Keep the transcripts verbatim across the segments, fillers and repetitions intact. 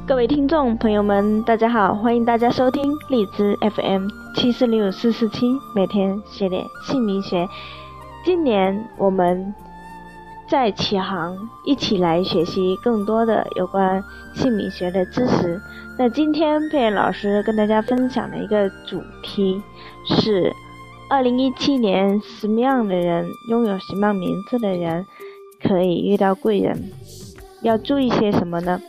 各位听众朋友们，大家好，欢迎大家收听荔枝 F M 七四六四四七，每天学点姓名学。今年我们在启航，一起来学习更多的有关姓名学的知识。那今天佩妍老师跟大家分享的一个主题是二零一七年什么样的人，拥有什么样名字的人可以遇到贵人，要注意些什么呢？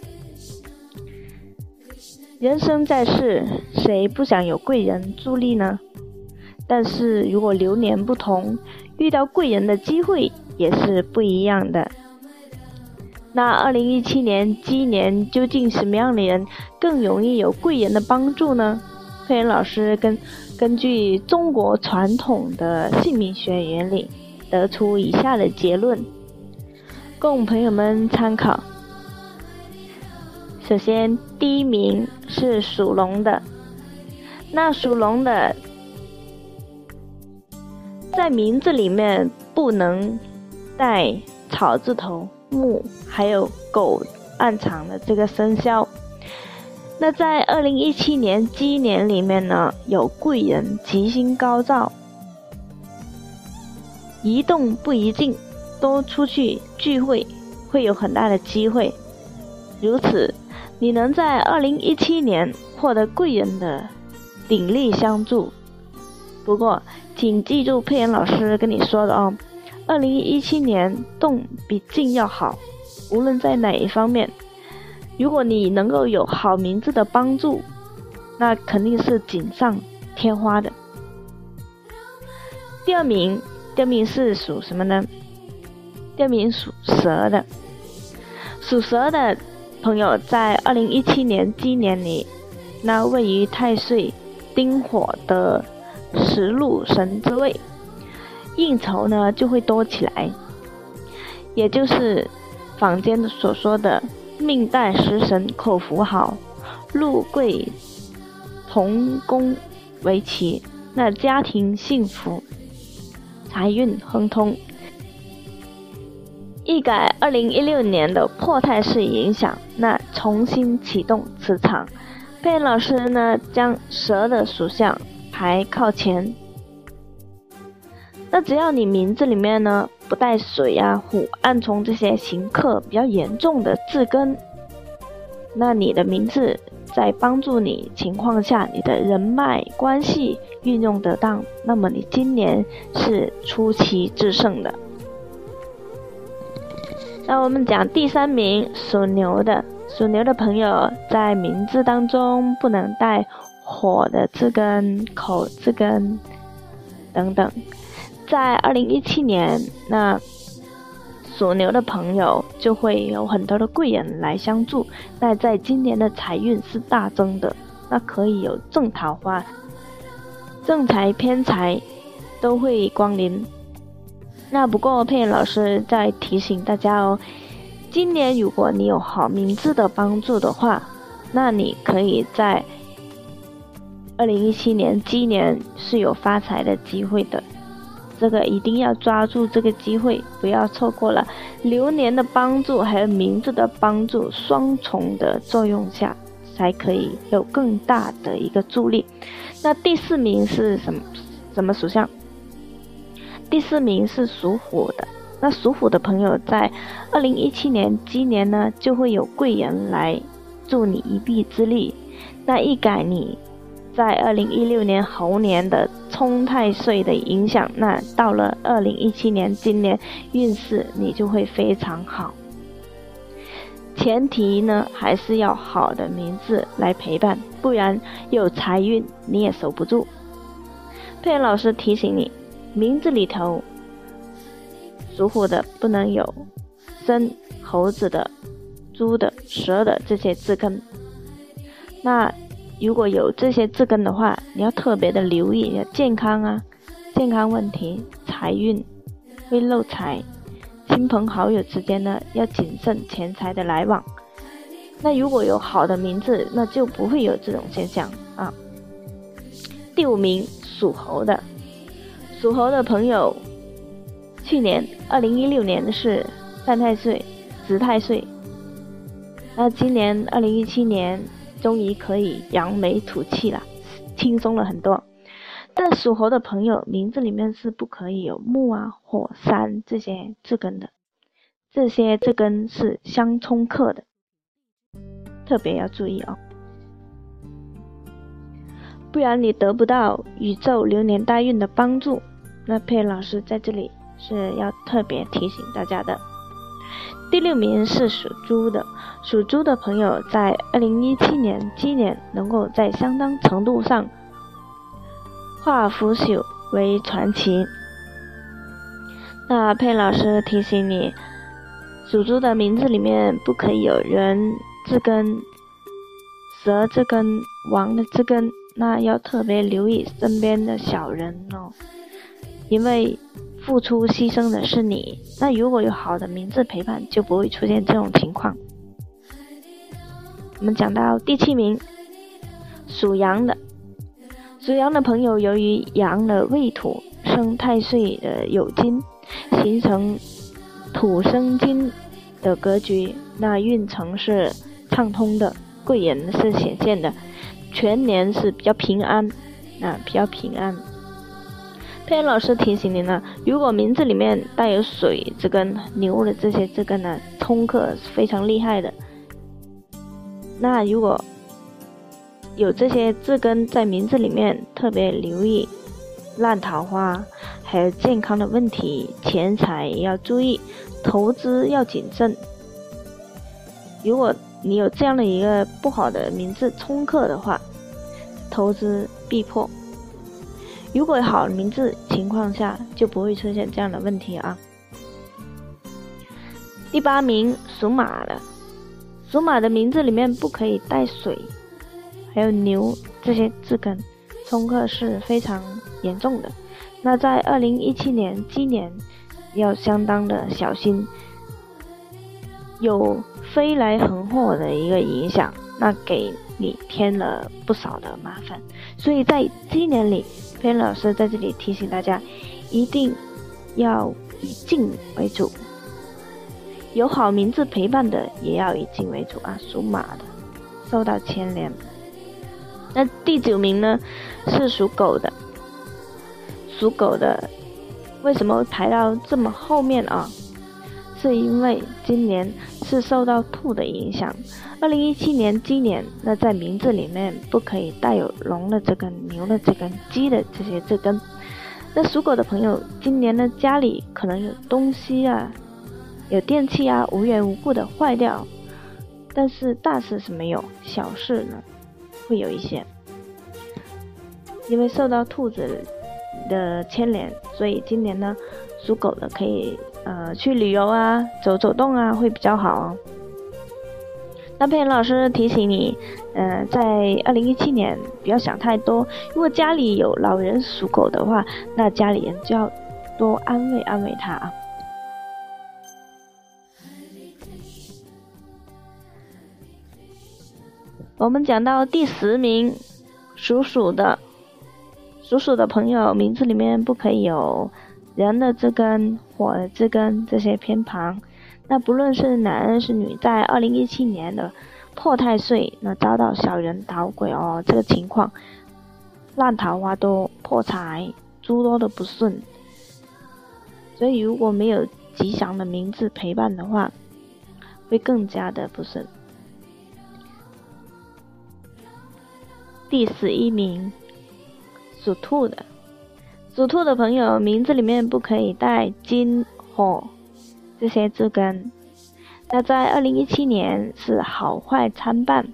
人生在世，谁不想有贵人助力呢？但是如果流年不同，遇到贵人的机会也是不一样的。那二零一七年鸡年究竟什么样的人更容易有贵人的帮助呢？佩妍老师根根据中国传统的姓名学原理得出以下的结论，供朋友们参考。首先，第一名是属龙的。那属龙的在名字里面不能带草字头、木还有狗暗藏的这个生肖。那在二零一七年鸡年里面呢，有贵人吉星高照，宜动不宜静，多出去聚会会有很大的机会。如此你能在二零一七年获得贵人的鼎力相助。不过请记住佩妍老师跟你说的哦，二零一七年动比静要好，无论在哪一方面。如果你能够有好名字的帮助，那肯定是锦上添花的。第二名，第二名是属什么呢？第二名属蛇的。属蛇的朋友在二零一七年鸡年里，那位于太岁丁火的食禄神之位，应酬呢就会多起来，也就是坊间所说的命带食神口福好，禄贵同宫为齐，那家庭幸福，财运亨通。一改二零一六年的破太岁影响，那重新启动磁场。佩妍老师呢将蛇的属相排靠前。那只要你名字里面呢不带水啊、虎、暗冲这些刑克比较严重的字根，那你的名字在帮助你情况下，你的人脉关系运用得当，那么你今年是出奇制胜的。那我们讲第三名，属牛的。属牛的朋友在名字当中不能带火的字根、口字根等等。在二零一七年，那属牛的朋友就会有很多的贵人来相助，那在今年的财运是大增的，那可以有正桃花、正财、偏财都会光临。那不过佩妍老师在提醒大家哦，今年如果你有好名字的帮助的话，那你可以在二零一七年鸡年是有发财的机会的，这个一定要抓住这个机会，不要错过了。流年的帮助还有名字的帮助双重的作用下，才可以有更大的一个助力。那第四名是什么什么属相？第四名是属虎的。那属虎的朋友在二零一七年鸡年呢，就会有贵人来助你一臂之力。那一改你在二零一六年猴年的冲太岁的影响，那到了二零一七年今年运势你就会非常好。前提呢还是要好的名字来陪伴，不然有财运你也守不住。佩妍老师提醒你，名字里头属虎的不能有生、猴子的、猪的、蛇的这些字根。那如果有这些字根的话，你要特别的留意健康啊，健康问题、财运会漏财，亲朋好友之间呢要谨慎钱财的来往。那如果有好的名字，那就不会有这种现象啊。第五名属猴的。属猴的朋友，去年二零一六年是犯太岁、值太岁， 那今年二零一七年终于可以扬眉吐气了，轻松了很多。但属猴的朋友名字里面是不可以有木啊、火、山这些字根的，这些字根是相冲克的，特别要注意哦，不然你得不到宇宙流年大运的帮助。那佩老师在这里是要特别提醒大家的。第六名是属猪的，属猪的朋友在二零一七年鸡年能够在相当程度上化腐朽为传奇。那佩老师提醒你，属猪的名字里面不可以有人字根、蛇字根、王的字根，那要特别留意身边的小人哦，因为付出牺牲的是你，那如果有好的名字陪伴，就不会出现这种情况。我们讲到第七名，属羊的，属羊的朋友由于羊的未土生太岁的酉金，形成土生金的格局，那运程是畅通的，贵人是显现的，全年是比较平安，那比较平安。佩恩老师提醒您呢，如果名字里面带有水字根、牛的这些字根呢，冲克是非常厉害的。那如果有这些字根在名字里面，特别留意烂桃花，还有健康的问题，钱财要注意，投资要谨慎。如果你有这样的一个不好的名字冲克的话，投资必破。如果有好的名字情况下，就不会出现这样的问题啊。第八名属马的，属马的名字里面不可以带水还有牛这些字根，冲克是非常严重的。那在二零一七年鸡年要相当的小心，有飞来横祸的一个影响，那给你添了不少的麻烦。所以在鸡年里，佩恩老师在这里提醒大家，一定要以静为主，有好名字陪伴的也要以静为主啊。属马的受到牵连。那第九名呢是属狗的，属狗的为什么会排到这么后面啊？是因为今年是受到兔的影响。二零一七年鸡年，那在名字里面不可以带有龙的这根、牛的这根、鸡的这些这根。那属狗的朋友，今年呢家里可能有东西啊，有电器啊，无缘无故的坏掉，但是大事是没有，小事呢会有一些。因为受到兔子的牵连，所以今年呢属狗的可以呃去旅游啊，走走动啊会比较好哦。那佩恩老师提醒你，呃，在二零一七年不要想太多。如果家里有老人属狗的话，那家里人就要多安慰安慰他啊。我们讲到第十名，属鼠的，属鼠的朋友名字里面不可以有人的字根、火的字根这些偏旁。那不论是男人是女，在二零一七年的破太岁，那遭到小人捣鬼哦，这个情况烂桃花多、破财、诸多的不顺。所以如果没有吉祥的名字陪伴的话，会更加的不顺。第十一名属兔的，属兔的朋友名字里面不可以带金、火这些字根。那在二零一七年是好坏参半，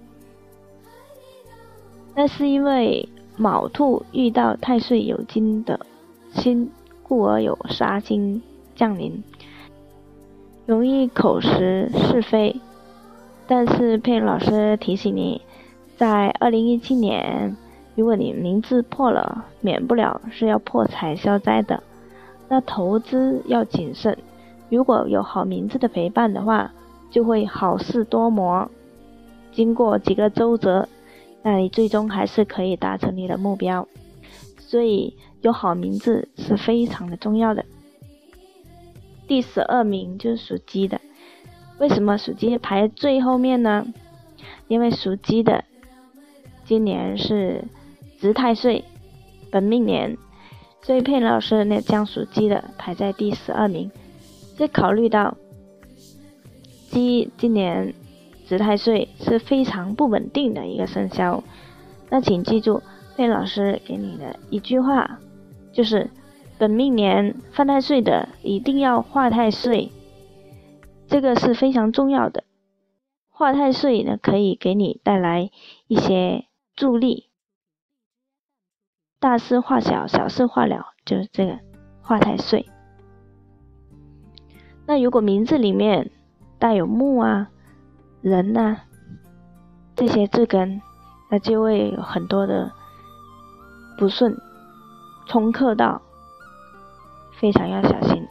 那是因为卯兔遇到太岁酉金的辛，故而有杀星降临，容易口实是非。但是佩恩老师提醒你，在二零一七年如果你名字破了，免不了是要破财消灾的，那投资要谨慎。如果有好名字的陪伴的话，就会好事多磨，经过几个周折，那你最终还是可以达成你的目标。所以有好名字是非常的重要的。第十二名就是属鸡的， 为什么属鸡排最后面呢？因为属鸡的今年是值太岁，本命年，所以佩老师呢将属鸡的排在第十二名。这考虑到鸡今年值太岁是非常不稳定的一个生肖，那请记住佩老师给你的一句话，就是本命年犯太岁的一定要化太岁，这个是非常重要的。化太岁呢可以给你带来一些助力，大事化小，小事化了，就是这个化太岁。那如果名字里面带有木啊、人啊这些字根，那就会有很多的不顺冲克到，非常要小心。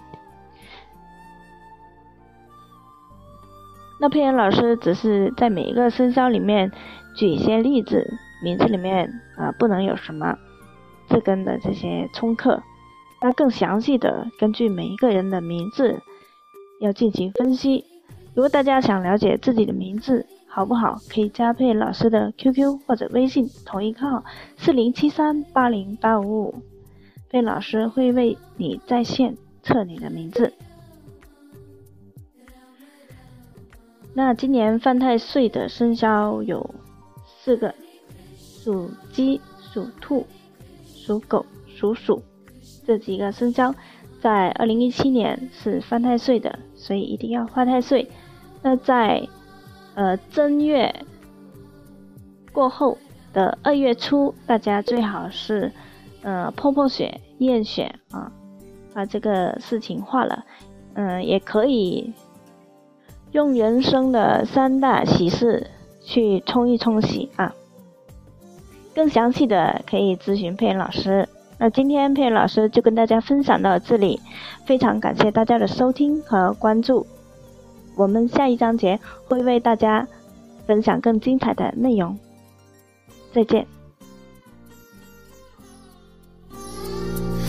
那佩恩老师只是在每一个生肖里面举一些例子，名字里面啊、呃、不能有什么字根的这些冲克，那更详细的根据每一个人的名字要进行分析。如果大家想了解自己的名字好不好，可以加佩老师的 Q Q 或者微信同一个号四零七三八零八五五，佩老师会为你在线测你的名字。那今年犯太岁的生肖有四个，属鸡、属兔、属狗、属鼠，这几个生肖在二零一七年是犯太岁的，所以一定要化太岁。那在呃正月过后的二月初，大家最好是呃破破血、验血啊，把这个事情化了。嗯、呃，也可以用人生的三大喜事去冲一冲喜啊。更详细的可以咨询佩恩老师。那今天佩恩老师就跟大家分享到这里，非常感谢大家的收听和关注。我们下一章节会为大家分享更精彩的内容。再见。